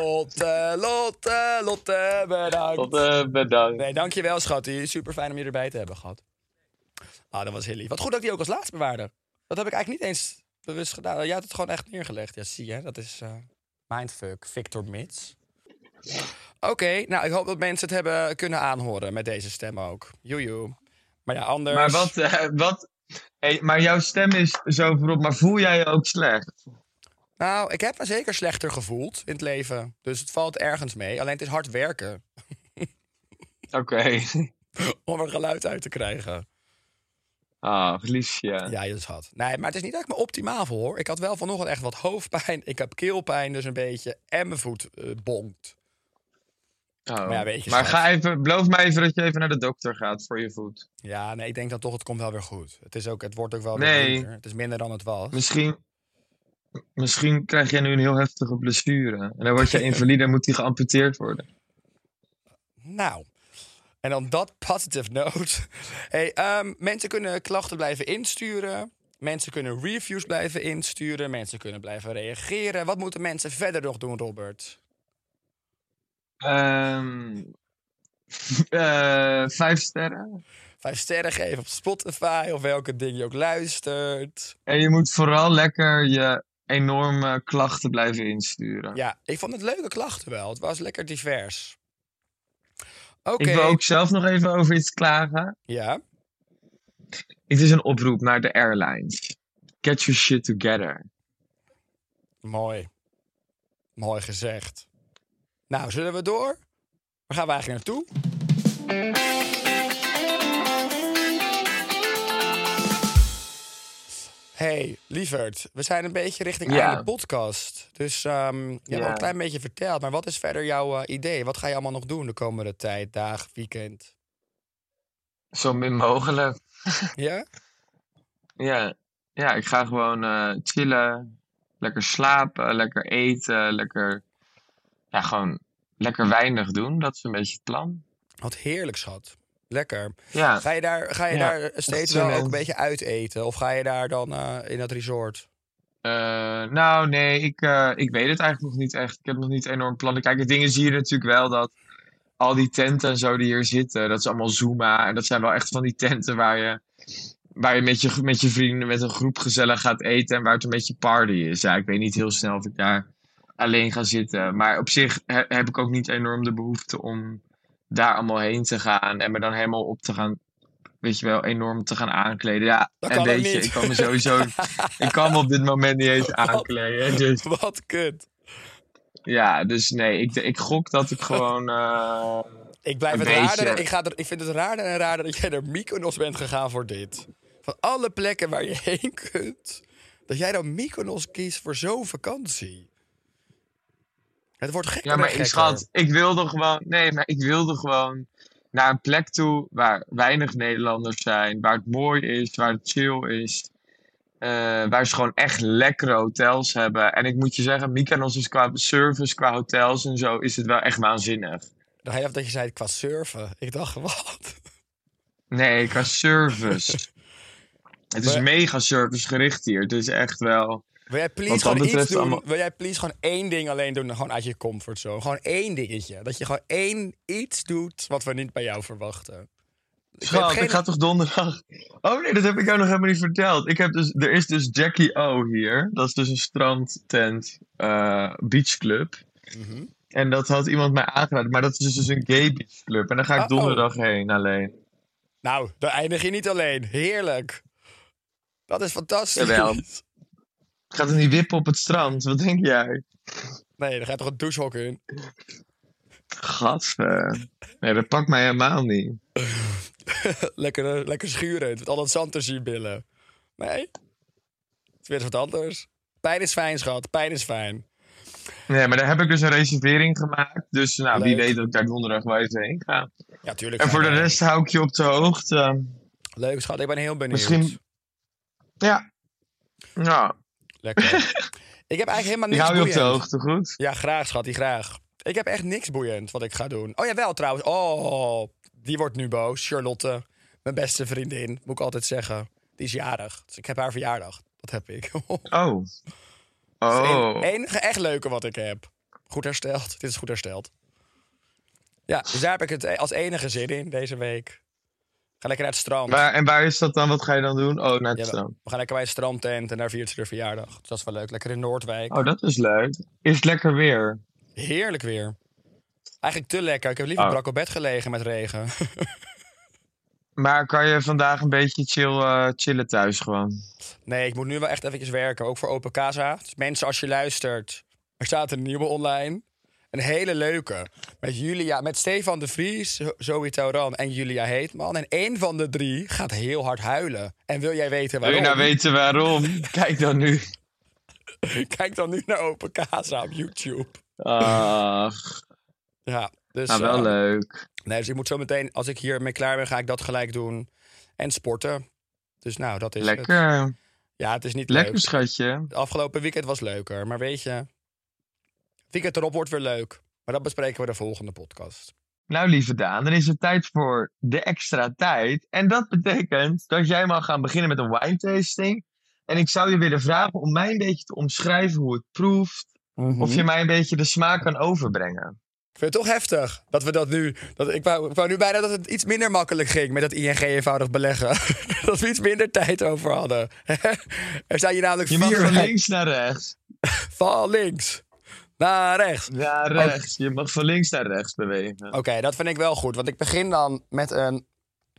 Lotte, bedankt. Lotte, bedankt. Nee, dankjewel, schattie. Super fijn om je erbij te hebben gehad. Dat was heel lief. Wat goed dat ik die ook als laatste bewaarde. Dat heb ik eigenlijk niet eens bewust gedaan. Jij had het gewoon echt neergelegd. Ja, zie je. Dat is mindfuck. Victor Mits. Oké, nou, ik hoop dat mensen het hebben kunnen aanhoren met deze stem ook. Joejoe. Maar ja, anders... Maar wat... Hey, maar jouw stem is zo voorop, maar voel jij je ook slecht? Nou, ik heb me zeker slechter gevoeld in het leven. Dus het valt ergens mee. Alleen het is hard werken Oké. om er geluid uit te krijgen. Liefje. Ja, je schat. Nee, maar het is niet dat ik me optimaal voel, hoor. Ik had wel vanochtend echt wat hoofdpijn. Ik heb keelpijn dus een beetje. En mijn voet bonkt. Maar ja, weet je, maar schat. beloof mij even dat je even naar de dokter gaat voor je voet. Ja, nee, ik denk dan toch, het komt wel weer goed. Het wordt ook wel weer Nee. beter. Het is minder dan het was. Misschien krijg jij nu een heel heftige blessure. En dan word je invalide en moet die geamputeerd worden. Nou, en on that positive note. Hey, mensen kunnen klachten blijven insturen. Mensen kunnen reviews blijven insturen. Mensen kunnen blijven reageren. Wat moeten mensen verder nog doen, Robert? 5 sterren. 5 sterren geven op Spotify of welke ding je ook luistert. En je moet vooral lekker je enorme klachten blijven insturen. Ja, ik vond het leuke klachten wel. Het was lekker divers. Oké. Ik wil ook zelf nog even over iets klagen. Ja. Het is een oproep naar de airlines. Get your shit together. Mooi. Mooi gezegd. Nou, zullen we door? Waar gaan we eigenlijk naartoe? Hey, lieverd. We zijn een beetje richting einde podcast. Dus je hebt al een klein beetje verteld. Maar wat is verder jouw idee? Wat ga je allemaal nog doen de komende tijd, dagen, weekend? Zo min mogelijk. Ja? Ja, ik ga gewoon chillen. Lekker slapen, lekker eten, gewoon lekker weinig doen. Dat is een beetje het plan. Wat heerlijk, schat. Lekker. Ja. Ga je daar steeds wel ook een beetje uit eten? Of ga je daar dan in dat resort? Nou, nee, ik weet het eigenlijk nog niet echt. Ik heb nog niet enorm plannen. Kijk, het ding is hier natuurlijk wel dat al die tenten en zo die hier zitten, dat is allemaal Zuma. En dat zijn wel echt van die tenten waar je met je vrienden, met een groep gezellig gaat eten en waar het een beetje party is. Ja, ik weet niet heel snel of ik daar alleen ga zitten. Maar op zich heb ik ook niet enorm de behoefte om daar allemaal heen te gaan en me dan helemaal op te gaan, weet je wel, enorm te gaan aankleden. Ja, Dat en kan ook weet je, niet. ik kan me sowieso, ik kan me op dit moment niet eens aankleden. Dus Wat kut. ja, dus nee, ik gok dat ik gewoon Ik blijf een het beetje. raarder. Ik vind het raarder en raarder dat jij naar Mykonos bent gegaan voor dit. Van alle plekken waar je heen kunt, dat jij dan Mykonos kiest voor zo'n vakantie. Het wordt gekker. Ja, maar en gekker. schat, ik wilde gewoon naar een plek toe waar weinig Nederlanders zijn, waar het mooi is, waar het chill is, waar ze gewoon echt lekkere hotels hebben. En ik moet je zeggen, Mykonos is qua service, qua hotels en zo, is het wel echt waanzinnig. Dan ga je af dat je zei qua surfen. Ik dacht, wat? Nee, qua service. Het is Maar- mega servicegericht hier. Het is echt wel... Wil jij Wat please dat gewoon iets betreft doen? allemaal- Wil jij please gewoon één ding alleen doen? Gewoon uit je comfortzone. Gewoon één dingetje. Dat je gewoon iets doet wat we niet bij jou verwachten. Schat, ik ga toch donderdag... Oh nee, dat heb ik jou nog helemaal niet verteld. Er is dus Jackie O hier. Dat is dus een strandtent beachclub. Mhm. En dat had iemand mij aangeraden. Maar dat is dus een gay beachclub. En daar ga ik Oh. donderdag heen alleen. Nou, dan eindig je niet alleen. Heerlijk. Dat is fantastisch. Jawel. Ik ga er niet wippen op het strand. Wat denk jij? Nee, dan gaat toch een douchehok in. Gadver. Nee, dat pakt mij helemaal niet. lekker schurend. Met al dat zand tussen je billen. Nee? Het is weer eens wat anders. Pijn is fijn, schat. Pijn is fijn. Nee, maar daar heb ik dus een reservering gemaakt. Dus nou, wie Leuk. weet dat ik daar donderdag wel eens heen ga. Ja, tuurlijk. En voor de fijn. rest hou ik je op de hoogte. Leuk, schat. Ik ben heel benieuwd. Misschien... Ja. Nou, Lekker. Ik heb eigenlijk helemaal ik niks hou je op de boeiend. hoogte, goed? Ja, graag, schat. Graag. Ik heb echt niks boeiend wat ik ga doen. Oh ja, wel trouwens. Oh, die wordt nu boos. Charlotte, mijn beste vriendin, moet ik altijd zeggen. Die is jarig. Dus ik heb haar verjaardag. Dat heb ik. Oh. Oh. Het enige echt leuke wat ik heb. Goed hersteld. Dit is goed hersteld. Ja, dus daar heb ik het als enige zin in deze week. Ga lekker naar het strand. En waar is dat dan? Wat ga je dan doen? Oh, naar het Ja, strand. we gaan lekker bij een strandtent en daar viert ze de verjaardag. Dus dat is wel leuk. Lekker in Noordwijk. Oh, dat is leuk. Is het lekker weer? Heerlijk weer. Eigenlijk te lekker. Ik heb liever Oh. brak op bed gelegen met regen. Maar kan je vandaag een beetje chillen thuis gewoon? Nee, ik moet nu wel echt eventjes werken. Ook voor Open Casa. Dus mensen, als je luistert, er staat een nieuwe online. Een hele leuke. Met Julia, met Stefan de Vries, Zoe Tauran en Julia Heetman. En één van de drie gaat heel hard huilen. En wil jij weten Wil je waarom? nou weten waarom? Kijk dan nu. Kijk dan nu naar Open Casa op YouTube. Ach, Ja, dus, nou wel leuk. Nee, dus ik moet zo meteen, als ik hiermee klaar ben, ga ik dat gelijk doen. En sporten. Dus nou, dat is het. Lekker. Ja, het is niet Lekker, leuk. schatje. Het afgelopen weekend was leuker. Maar weet je, weekend erop wordt weer leuk. Maar dat bespreken we de volgende podcast. Nou, lieve Daan, dan is het tijd voor de extra tijd. En dat betekent dat jij mag gaan beginnen met een wine tasting. En ik zou je willen vragen om mij een beetje te omschrijven hoe het proeft. Of je mij een beetje de smaak kan overbrengen. Ik vind het toch heftig dat we dat nu... Ik wou nu bijna dat het iets minder makkelijk ging met dat ING eenvoudig beleggen. Dat we iets minder tijd over hadden. Er zijn hier namelijk Je mag 4 van links naar rechts. van links naar rechts. Naar rechts. Je mag van links naar rechts bewegen. Oké, dat vind ik wel goed. Want ik begin dan met een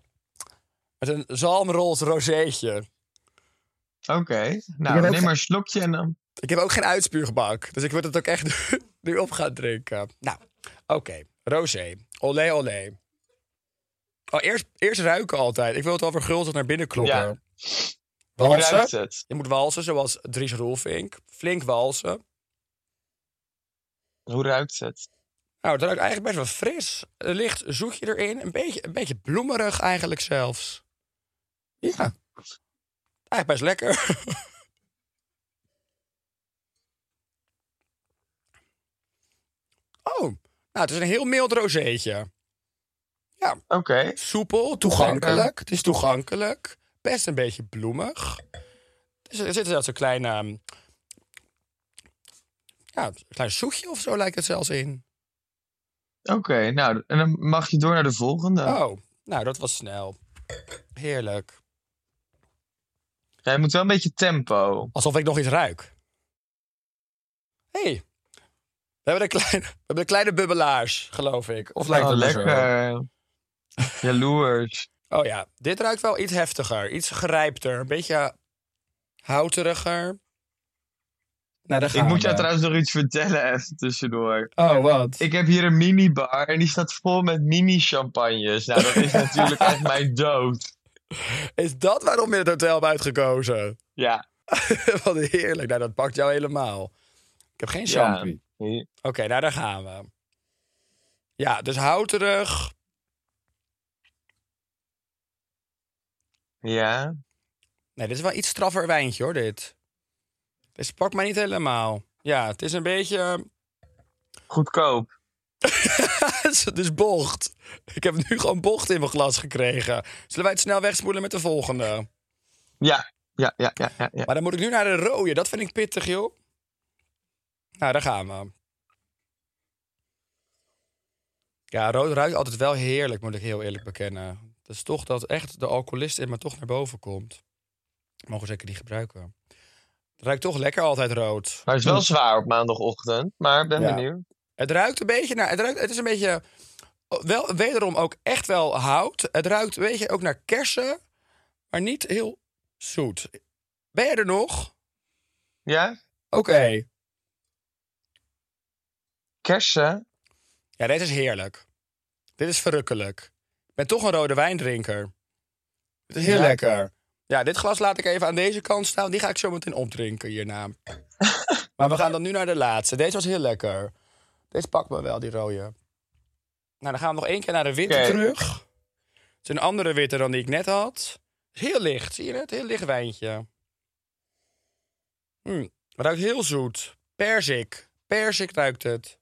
zalmroze rozeetje. Oké. Nou, ook neem maar een slokje en dan... Ik heb ook geen uitspuugbak. Dus ik wil het ook echt nu op gaan drinken. Nou, oké. Rosé. Olé, olé. Oh, eerst ruiken altijd. Ik wil het wel vergulzig naar binnen kloppen. Ja. Hoe Walsen. ruikt het? Je moet walsen zoals Dries Roelvink. Flink walsen. Hoe ruikt het? Nou, het ruikt eigenlijk best wel fris. Er ligt zoetje erin. Een beetje bloemerig eigenlijk zelfs. Ja. Eigenlijk best lekker. Oh, nou, het is een heel mild rozeetje. Ja, Oké. soepel, toegankelijk. Het is toegankelijk. Best een beetje bloemig. Er zit zelfs een klein... ja, een klein zoetje of zo lijkt het zelfs in. Oké, nou, en dan mag je door naar de volgende. Oh, nou, dat was snel. Heerlijk. Jij moet wel een beetje tempo. Alsof ik nog iets ruik. Hey, we hebben een kleine bubbelaars, geloof ik. Of lijkt Oh, het maar zo? lekker. Jaloers. Oh ja, dit ruikt wel iets heftiger. Iets gerijpter. Een beetje houteriger. Nou, daar Ik moet jou trouwens nog iets vertellen, even tussendoor. Oh, wat? Ik heb hier een minibar en die staat vol met mini-champagnes. Nou, dat is natuurlijk echt mijn dood. Is dat waarom je het hotel hebt uitgekozen? Ja. Wat heerlijk. Nou, dat pakt jou helemaal. Ik heb geen champagne. Ja. Oké, nou, daar gaan we. Ja, dus houterig. Ja. Nee, dit is wel iets straffer wijntje, hoor, dit. Dit pakt mij niet helemaal. Ja, het is een beetje... Goedkoop. Dus bocht. Ik heb nu gewoon bocht in mijn glas gekregen. Zullen wij het snel wegspoelen met de volgende? Ja. Maar dan moet ik nu naar de rode. Dat vind ik pittig, joh. Nou, daar gaan we. Ja, rood ruikt altijd wel heerlijk, moet ik heel eerlijk bekennen. Het is toch dat echt de alcoholist in me toch naar boven komt. Mogen we zeker niet gebruiken. Het ruikt toch lekker altijd rood. Maar het is wel zwaar op maandagochtend. Maar ik ben benieuwd. Het ruikt een beetje naar... Het is een beetje... Wel, wederom ook echt wel hout. Het ruikt een beetje ook naar kersen. Maar niet heel zoet. Ben jij er nog? Ja? Oké. Kersen? Ja, deze is heerlijk. Dit is verrukkelijk. Ik ben toch een rode wijndrinker. Het is heel lekker. Ja, dit glas laat ik even aan deze kant staan. Die ga ik zo meteen opdrinken hierna. Maar we gaan dan nu naar de laatste. Deze was heel lekker. Deze pakt me wel, die rode. Nou, dan gaan we nog één keer naar de witte terug. Het is een andere witte dan die ik net had. Het is heel licht, zie je het? Heel licht wijntje. Het ruikt heel zoet. Perzik. Perzik ruikt het.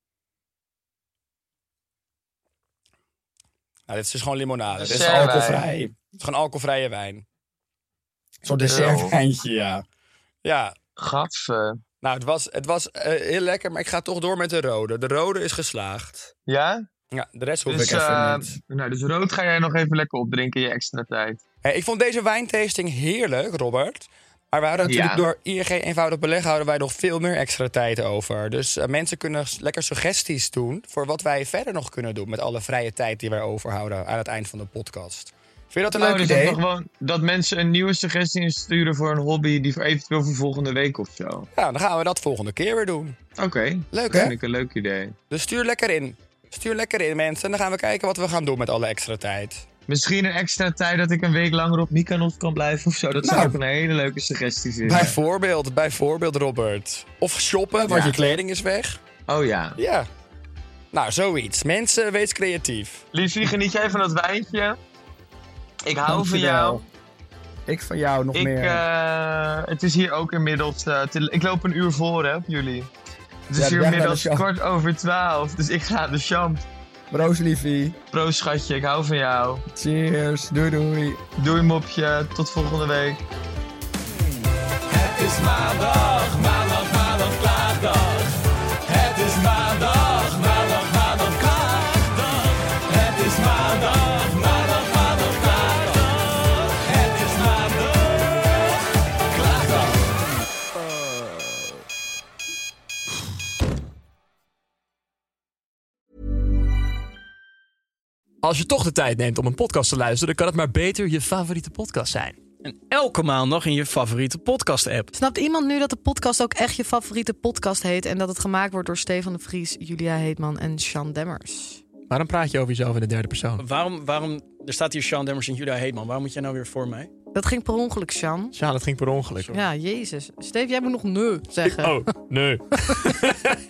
Nou, dit is dus gewoon limonade. Dit is alcoholvrij. Het is gewoon alcoholvrije wijn. Zo'n dessertwijntje, ja. Ja. Gaffe. Nou, het was heel lekker, maar ik ga toch door met de rode. De rode is geslaagd. Ja? Ja, de rest hoef ik even niet. Nou, dus rood ga jij nog even lekker opdrinken in je extra tijd. Hey, ik vond deze wijntasting heerlijk, Robert. Maar we hadden natuurlijk door ING eenvoudig beleg houden wij nog veel meer extra tijd over. Dus mensen kunnen lekker suggesties doen voor wat wij verder nog kunnen doen met alle vrije tijd die wij overhouden aan het eind van de podcast. Vind je dat een leuk idee? Gewoon dat mensen een nieuwe suggestie insturen voor een hobby die eventueel voor volgende week of zo. Ja, dan gaan we dat volgende keer weer doen. Oké. Leuk, hè? hè? Vind ik een leuk idee. Dus stuur lekker in. Stuur lekker in, mensen. En dan gaan we kijken wat we gaan doen met alle extra tijd. Misschien een extra tijd dat ik een week langer op Mykonos kan blijven of zo. Dat zou ook een hele leuke suggestie zijn. Bijvoorbeeld, Robert. Of shoppen, want je kleding is weg. Oh ja. Ja. Nou, zoiets. Mensen, wees creatief. Liefie, geniet jij van dat wijntje? Ik hou van jou. Ik van jou nog meer. Het is hier ook inmiddels... ik loop een uur voor hè, op jullie. Het is hier inmiddels 12:15, dus ik ga de champ. Proost, liefie. Proost, schatje. Ik hou van jou. Cheers. Doei, doei. Doei, mopje. Tot volgende week. Het is maandag, klaagdag. Het is maandag, klaagdag. Het is maandag, klaagdag. Het is maandag, klaagdag. Als je toch de tijd neemt om een podcast te luisteren, dan kan het maar beter je favoriete podcast zijn. En elke maandag in je favoriete podcast-app. Snapt iemand nu dat de podcast ook echt je favoriete podcast heet en dat het gemaakt wordt door Stefan de Vries, Julia Heetman en Sean Demmers? Waarom praat je over jezelf in de derde persoon? Waarom er staat hier Sean Demmers en Julia Heetman. Waarom moet jij nou weer voor mij? Dat ging per ongeluk, Sean. Ja, dat ging per ongeluk. Ja, jezus. Steve, jij moet nog nee zeggen. Oh, nee.